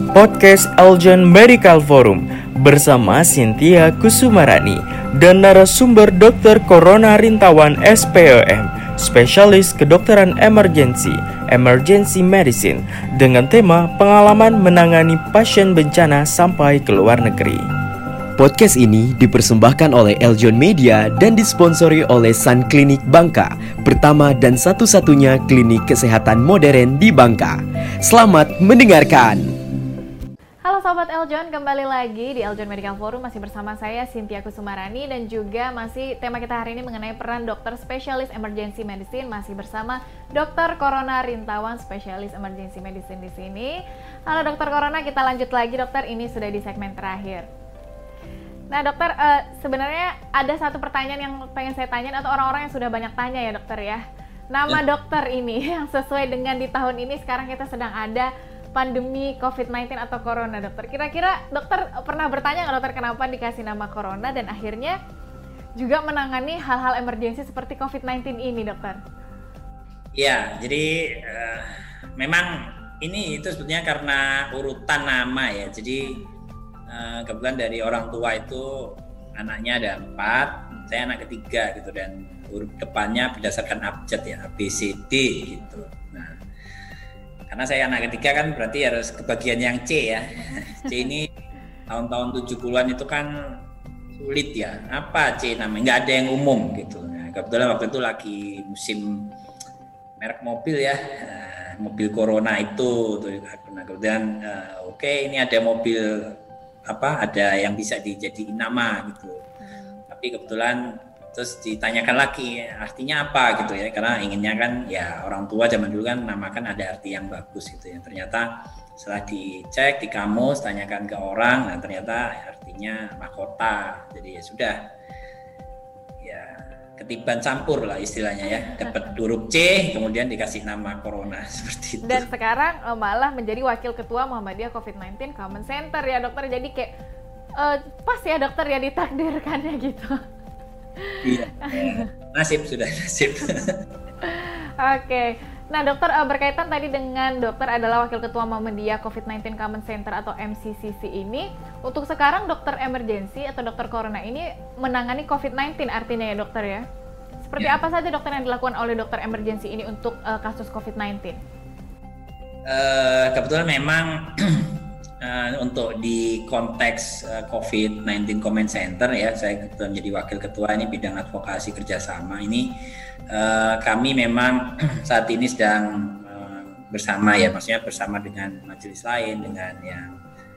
podcast Eljon Medical Forum bersama Cynthia Kusumarani dan narasumber Dr. Corona Rintawan SPOM, spesialis kedokteran emergency medicine dengan tema pengalaman menangani pasien bencana sampai ke luar negeri. Podcast ini dipersembahkan oleh Eljon Media dan disponsori oleh Sun Klinik Bangka, pertama dan satu-satunya klinik kesehatan modern di Bangka. Selamat mendengarkan. Halo Sobat Eljon, kembali lagi di Eljon Medical Forum, masih bersama saya Cynthia Kusumarani dan juga masih tema kita hari ini mengenai peran dokter spesialis emergency medicine, masih bersama Dr. Corona Rintawan, spesialis emergency medicine di sini. Halo Dr. Corona, kita lanjut lagi dokter, ini sudah di segmen terakhir. Nah dokter, sebenarnya ada satu pertanyaan yang pengen saya tanyain atau orang-orang yang sudah banyak tanya ya dokter ya. Nama dokter ini yang sesuai dengan di tahun ini sekarang kita sedang ada pandemi COVID-19 atau Corona dokter. Kira-kira dokter pernah bertanya nggak dokter kenapa dikasih nama Corona dan akhirnya juga menangani hal-hal emergensi seperti COVID-19 ini dokter? Ya, jadi memang ini itu sebetulnya karena urutan nama ya. Jadi kebetulan dari orang tua itu anaknya ada 4, saya anak ketiga gitu dan huruf depannya berdasarkan abjad ya, A, B, C, D gitu. Nah, karena saya anak ketiga kan berarti harus kebagian yang C ya. C ini tahun-tahun 70-an itu kan sulit ya. Apa C namanya? Nggak ada yang umum gitu. Nah, kebetulan waktu itu lagi musim merek mobil ya. Mobil Corona itu tuh. Nah, kemudian oke, ini ada mobil ada yang bisa dijadiin nama gitu. Tapi kebetulan terus ditanyakan lagi artinya apa gitu ya, karena inginnya kan ya orang tua zaman dulu kan namakan ada arti yang bagus gitu ya. Ternyata setelah dicek di kamus, tanyakan ke orang, nah ternyata artinya mahkota. Jadi ya sudah, ya ketiban campur lah istilahnya ya, dapat huruf C kemudian dikasih nama Corona seperti itu. Dan sekarang malah menjadi wakil ketua Muhammadiyah COVID-19 Common Center ya dokter, jadi kayak pas ya dokter ya ditakdirkannya gitu. Iya, nasib sudah nasib. Oke. Nah dokter, berkaitan tadi dengan dokter adalah wakil ketua Muhammadiyah COVID-19 Common Center atau MCCC ini, untuk sekarang dokter emergency atau dokter corona ini menangani COVID-19 artinya ya dokter ya? Seperti apa saja dokter yang dilakukan oleh dokter emergency ini untuk kasus COVID-19? Kebetulan memang untuk di konteks COVID-19 Common Center ya, saya kebetulan menjadi wakil ketua ini bidang advokasi kerjasama ini. Kami memang saat ini sedang bersama ya, maksudnya bersama dengan majelis lain, dengan yang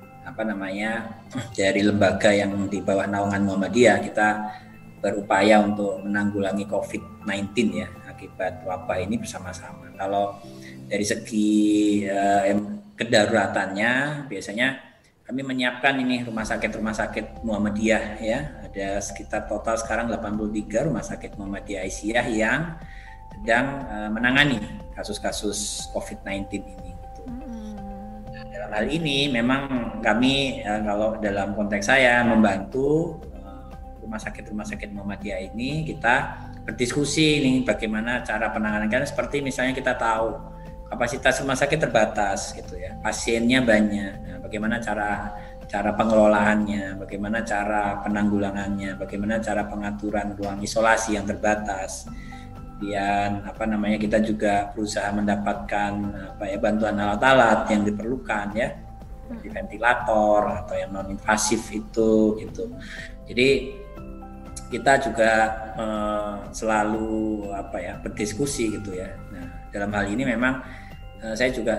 dari lembaga yang di bawah naungan Muhammadiyah, kita berupaya untuk menanggulangi COVID-19 ya, akibat wabah ini bersama-sama. Kalau dari segi kedaruratannya, biasanya kami menyiapkan ini rumah sakit Muhammadiyah ya. Ada sekitar total sekarang 83 rumah sakit Muhammadiyah Aisyah yang sedang menangani kasus-kasus COVID-19 ini. Gitu. Nah, dalam hal ini memang kami kalau dalam konteks saya membantu rumah sakit Muhammadiyah ini, kita berdiskusi nih bagaimana cara penanganannya. Seperti misalnya kita tahu kapasitas rumah sakit terbatas gitu ya, pasiennya banyak. Nah, bagaimana cara pengelolaannya, bagaimana cara penanggulangannya, bagaimana cara pengaturan ruang isolasi yang terbatas. Kemudian kita juga berusaha mendapatkan bantuan alat-alat yang diperlukan ya, seperti ventilator atau yang non invasif itu gitu. Jadi kita juga selalu berdiskusi gitu ya. Nah, dalam hal ini memang saya juga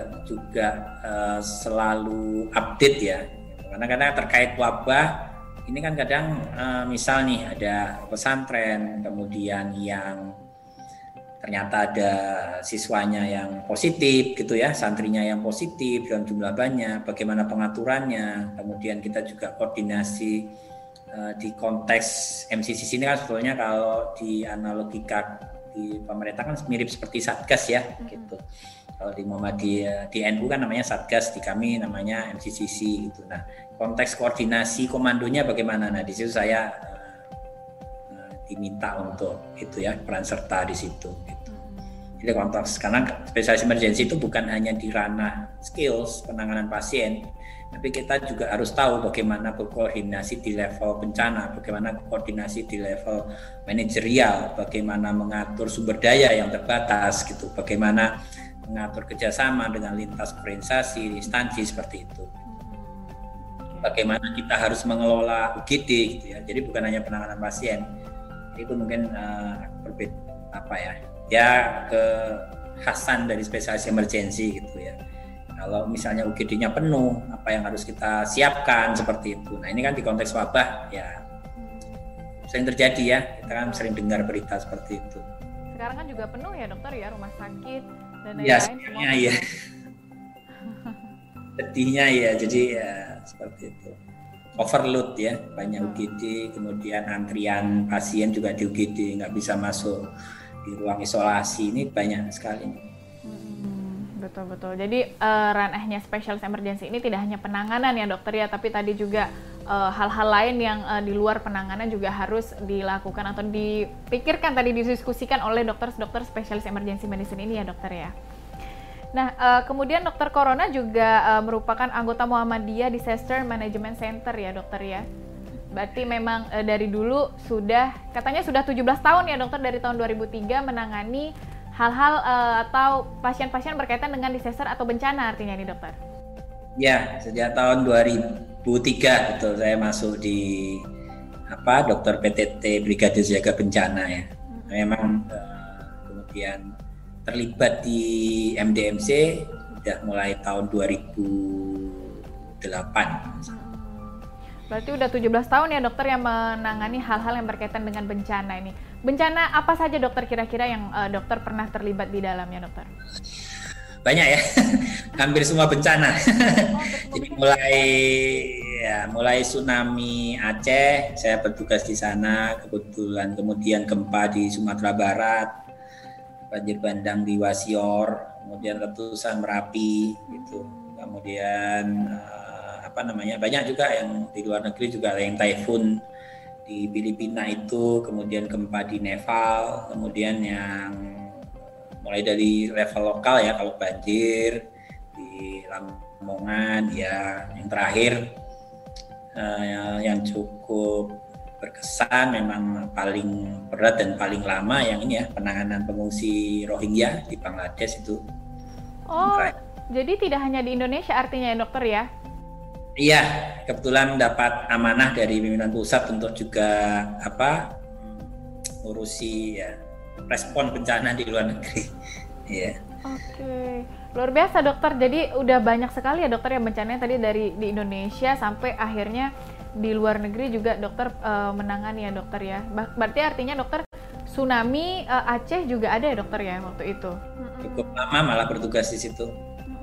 selalu update ya. Karena kadang terkait wabah ini kan kadang misal nih ada pesantren kemudian yang ternyata ada siswanya yang positif gitu ya, santrinya yang positif dalam jumlah banyak, bagaimana pengaturannya. Kemudian kita juga koordinasi di konteks MCCC ini kan sebetulnya kalau di analogikan di pemerintah kan mirip seperti Satgas ya gitu. Kalau di Muhammadiyah, di NU kan namanya Satgas, di kami namanya MCCC gitu. Nah, konteks koordinasi komandonya bagaimana? Nah, di situ saya diminta untuk itu ya, peran serta di situ gitu. Jadi konteks, karena spesialis emergency itu bukan hanya di ranah skills penanganan pasien, tapi kita juga harus tahu bagaimana berkoordinasi di level bencana, bagaimana koordinasi di level manajerial, bagaimana mengatur sumber daya yang terbatas gitu, bagaimana mengatur kerjasama dengan lintas organisasi, instansi seperti itu. Bagaimana kita harus mengelola UGD gitu ya. Jadi bukan hanya penanganan pasien. Itu mungkin berbeda kekhasan dari spesialis emergency gitu ya. Kalau misalnya UGD-nya penuh, apa yang harus kita siapkan seperti itu. Nah, ini kan di konteks wabah ya sering terjadi ya. Kita kan sering dengar berita seperti itu. Sekarang kan juga penuh ya dokter ya, rumah sakit dan ya, lain-lain. Ya. Sedihnya ya, jadi ya seperti itu. Overload ya, banyak UGD, kemudian antrian pasien juga di UGD, nggak bisa masuk di ruang isolasi, ini banyak sekali. Betul. Jadi ranahnya spesialis emergency ini tidak hanya penanganan ya dokter ya, tapi tadi juga hal-hal lain yang di luar penanganan juga harus dilakukan atau dipikirkan, tadi didiskusikan oleh dokter spesialis emergency medicine ini ya dokter ya. Nah, kemudian Dokter Corona juga merupakan anggota Muhammadiyah Disaster Management Center ya dokter ya. Berarti memang dari dulu katanya sudah 17 tahun ya dokter, dari tahun 2003 menangani hal-hal atau pasien-pasien berkaitan dengan disaster atau bencana artinya ini dokter. Ya, sejak tahun 2003 betul saya masuk di dokter PTT Brigade Siaga Bencana ya. Memang kemudian terlibat di MDMC udah mulai tahun 2008. Berarti udah 17 tahun ya dokter yang menangani hal-hal yang berkaitan dengan bencana ini. Bencana apa saja dokter kira-kira yang dokter pernah terlibat di dalamnya dokter? Banyak ya, hampir semua bencana. Jadi mulai tsunami Aceh, saya bertugas di sana kebetulan, kemudian gempa di Sumatera Barat, banjir bandang di Wasior, kemudian letusan Merapi gitu. Kemudian banyak juga yang di luar negeri juga, ada yang typhoon di Filipina itu, kemudian gempa di Nepal, kemudian yang mulai dari level lokal ya, kalau banjir di Lamongan ya, yang terakhir yang cukup berkesan memang paling berat dan paling lama yang ini ya, penanganan pengungsi Rohingya di Bangladesh itu. Oh, jadi tidak hanya di Indonesia artinya ya dokter ya? Iya, kebetulan dapat amanah dari pimpinan pusat untuk juga ngurusi ya respon bencana di luar negeri. Iya. Oke, luar biasa dokter. Jadi udah banyak sekali ya dokter yang bencananya tadi dari di Indonesia sampai akhirnya di luar negeri juga dokter menangani ya dokter ya. Berarti artinya dokter tsunami Aceh juga ada ya dokter ya waktu itu? Cukup lama malah bertugas di situ.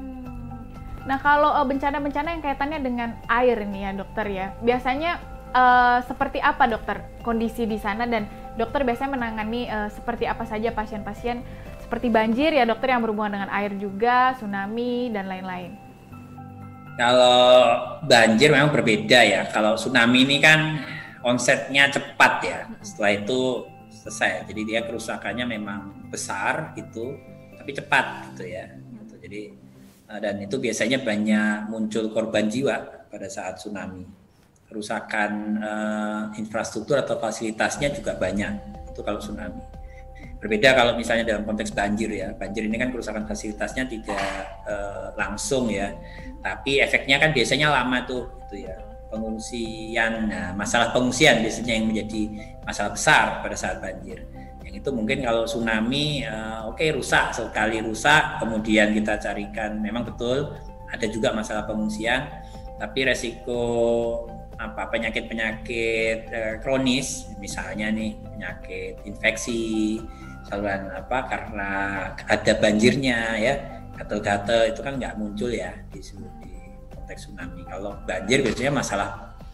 Nah kalau bencana-bencana yang kaitannya dengan air ini ya dokter ya, biasanya seperti apa dokter kondisi di sana, dan dokter biasanya menangani seperti apa saja pasien-pasien seperti banjir ya dokter yang berhubungan dengan air juga, tsunami dan lain-lain? Kalau banjir memang berbeda ya. Kalau tsunami ini kan onsetnya cepat ya, setelah itu selesai. Jadi dia kerusakannya memang besar gitu, tapi cepat gitu ya. Jadi dan itu biasanya banyak muncul korban jiwa pada saat tsunami. Kerusakan infrastruktur atau fasilitasnya juga banyak, itu kalau tsunami. Berbeda kalau misalnya dalam konteks banjir ya. Banjir ini kan kerusakan fasilitasnya tidak langsung ya, tapi efeknya kan biasanya lama tuh gitu ya. Pengungsian, nah masalah pengungsian biasanya yang menjadi masalah besar pada saat banjir. Yang itu mungkin kalau tsunami rusak, sekali rusak kemudian kita carikan, memang betul ada juga masalah pengungsian, tapi resiko penyakit-penyakit kronis misalnya nih, penyakit infeksi saluran karena ada banjirnya ya, gatal-gatal itu kan nggak muncul ya di konteks tsunami. Kalau banjir biasanya masalah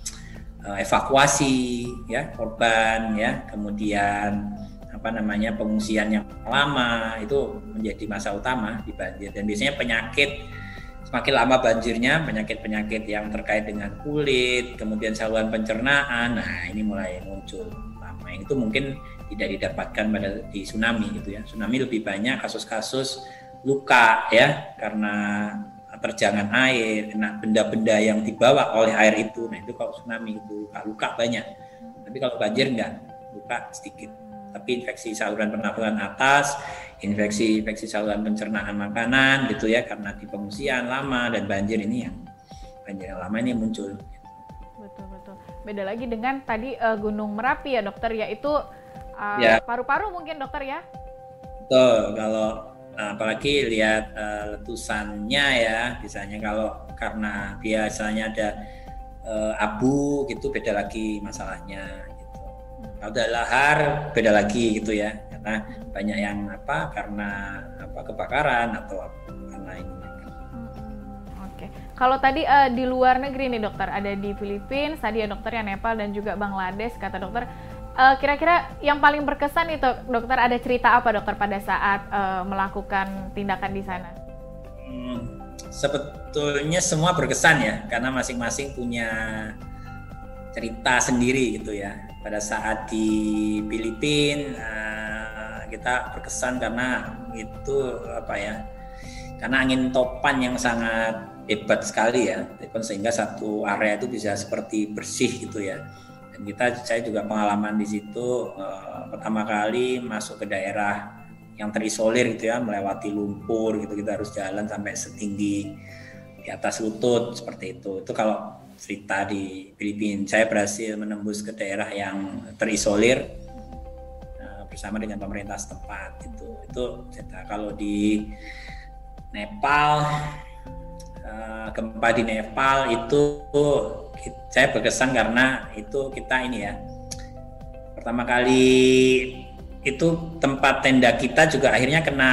evakuasi ya korban ya, kemudian pengungsian yang lama itu menjadi masalah utama di banjir. Dan biasanya penyakit semakin lama banjirnya, penyakit-penyakit yang terkait dengan kulit, kemudian saluran pencernaan, nah ini mulai muncul lama. Itu mungkin tidak didapatkan di tsunami gitu ya. Tsunami lebih banyak kasus-kasus luka ya karena terjangan air, kena benda-benda yang dibawa oleh air itu. Nah itu kalau tsunami itu luka banyak. Tapi kalau banjir enggak, luka sedikit. Tapi infeksi saluran pernafasan atas, infeksi saluran pencernaan makanan gitu ya, karena di pengungsian lama dan banjir ini yang lama ini muncul. Betul. Beda lagi dengan tadi Gunung Merapi ya dokter, yaitu paru-paru mungkin dokter ya? Betul, kalau apalagi lihat letusannya ya, misalnya kalau karena biasanya ada abu gitu beda lagi masalahnya gitu. Kalau ada lahar beda lagi gitu ya, karena banyak yang karena kebakaran atau karena ini. Oke. Kalau tadi di luar negeri nih dokter, ada di Filipina, tadi ya dokter ya, Nepal dan juga Bangladesh kata dokter. Kira-kira yang paling berkesan itu dokter, ada cerita apa dokter pada saat melakukan tindakan di sana? Sebetulnya semua berkesan ya, karena masing-masing punya cerita sendiri gitu ya. Pada saat di Filipina kita berkesan karena itu karena angin topan yang sangat hebat sekali ya, sehingga satu area itu bisa seperti bersih gitu ya. Dan saya juga pengalaman di situ pertama kali masuk ke daerah yang terisolir gitu ya, melewati lumpur gitu, kita harus jalan sampai setinggi di atas lutut seperti itu. Itu kalau cerita di Filipina. Saya berhasil menembus ke daerah yang terisolir bersama dengan pemerintah setempat itu cerita. Kalau di Nepal, gempa di Nepal itu saya berkesan karena itu kita pertama kali itu tempat tenda kita juga akhirnya kena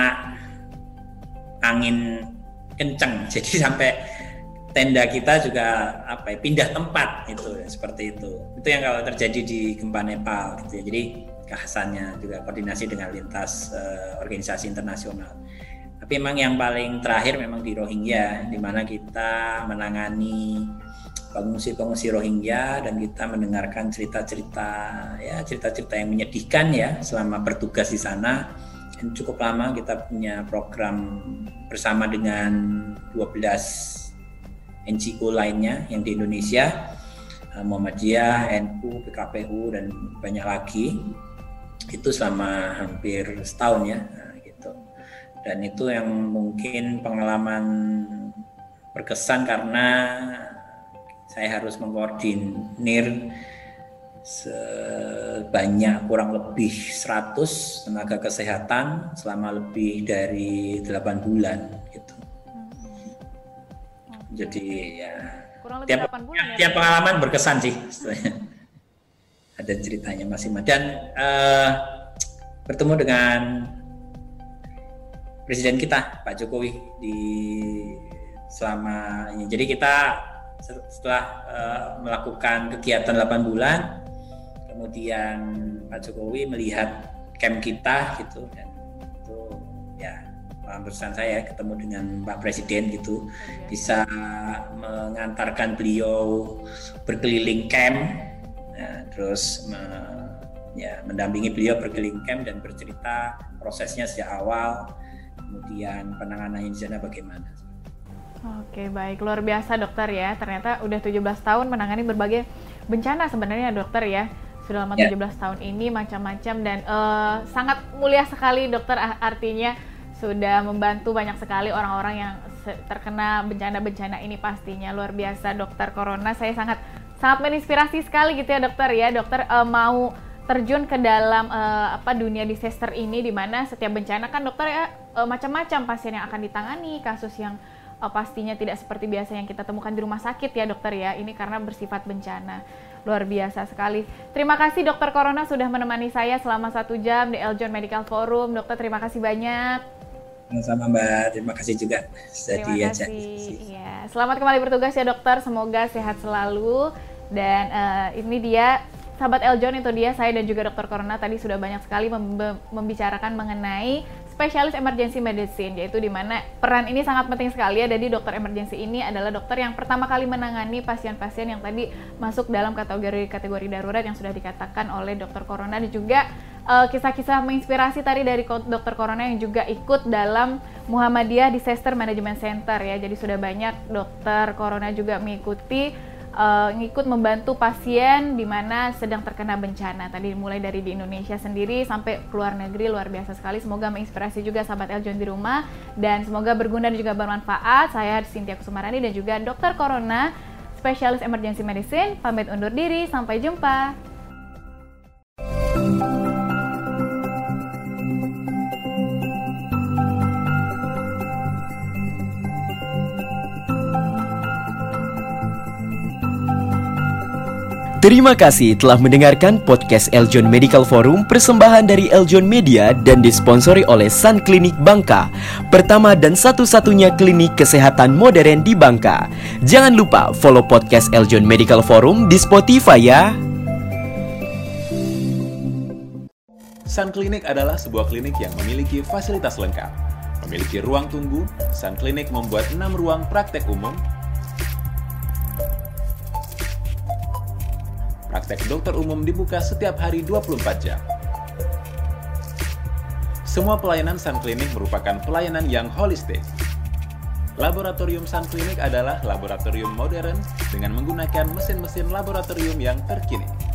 angin kencang, jadi sampai tenda kita juga pindah tempat itu seperti itu yang kalau terjadi di gempa Nepal gitu ya. Jadi kekhasannya juga koordinasi dengan lintas organisasi internasional. Tapi memang yang paling terakhir memang di Rohingya, di mana kita menangani pengungsi Rohingya dan kita mendengarkan cerita-cerita yang menyedihkan ya selama bertugas di sana. Dan cukup lama kita punya program bersama dengan 12 NGO lainnya yang di Indonesia, Muhammadiyah, NU, PKPU dan banyak lagi. Itu selama hampir setahun ya. Dan itu yang mungkin pengalaman berkesan karena saya harus mengkoordinir sebanyak kurang lebih 100 tenaga kesehatan selama lebih dari 8 bulan gitu. Jadi ya kurang lebih 8 bulan ya. Tiap pengalaman berkesan sih sebenarnya. Ada ceritanya masing-masing dan bertemu dengan Presiden kita Pak Jokowi selama ini. Jadi kita setelah melakukan kegiatan 8 bulan, kemudian Pak Jokowi melihat camp kita gitu, dan itu ya pengalaman saya ketemu dengan Pak Presiden gitu, bisa mengantarkan beliau berkeliling camp, terus mendampingi beliau berkeliling camp dan bercerita prosesnya sejak awal, kemudian penanganannya di sana bagaimana. Oke, baik. Luar biasa dokter ya. Ternyata udah 17 tahun menangani berbagai bencana sebenarnya dokter ya. Sudah lama 17 tahun ini macam-macam dan sangat mulia sekali dokter, artinya sudah membantu banyak sekali orang-orang yang terkena bencana-bencana ini pastinya. Luar biasa dokter Corona. Saya sangat menginspirasi sekali gitu ya dokter ya. Dokter mau terjun ke dalam dunia disaster ini, di mana setiap bencana kan dokter ya macam-macam pasien yang akan ditangani, kasus yang pastinya tidak seperti biasa yang kita temukan di rumah sakit ya dokter ya. Ini karena bersifat bencana. Luar biasa sekali. Terima kasih dokter Corona sudah menemani saya selama 1 jam di Eljon Medical Forum. Dokter, terima kasih banyak. Sama-sama Mbak, terima kasih juga sudah diajak. Ya, selamat kembali bertugas ya dokter. Semoga sehat selalu. Dan ini dia sahabat Eljon, itu dia saya dan juga dokter Corona tadi sudah banyak sekali membicarakan mengenai spesialis emergency medicine, yaitu di mana peran ini sangat penting sekali ya. Jadi dokter emergency ini adalah dokter yang pertama kali menangani pasien-pasien yang tadi masuk dalam kategori darurat yang sudah dikatakan oleh dokter Corona, dan juga kisah-kisah menginspirasi tadi dari Dokter Corona yang juga ikut dalam Muhammadiyah Disaster Management Center ya. Jadi sudah banyak Dokter Corona juga mengikuti ngikut membantu pasien di mana sedang terkena bencana. Tadi mulai dari di Indonesia sendiri sampai ke luar negeri, luar biasa sekali. Semoga menginspirasi juga sahabat Eljon di rumah dan semoga berguna dan juga bermanfaat. Saya Cynthia Kusumarani dan juga Dokter Corona, spesialis emergency medicine, pamit undur diri. Sampai jumpa. Terima kasih telah mendengarkan podcast Eljon Medical Forum persembahan dari Eljon Media dan disponsori oleh Sun Klinik Bangka, pertama dan satu-satunya klinik kesehatan modern di Bangka. Jangan lupa follow podcast Eljon Medical Forum di Spotify ya. Sun Klinik adalah sebuah klinik yang memiliki fasilitas lengkap. Memiliki ruang tunggu, Sun Klinik membuat 6 ruang praktek umum. Praktek dokter umum dibuka setiap hari 24 jam. Semua pelayanan Sun Klinik merupakan pelayanan yang holistik. Laboratorium Sun Klinik adalah laboratorium modern dengan menggunakan mesin-mesin laboratorium yang terkini.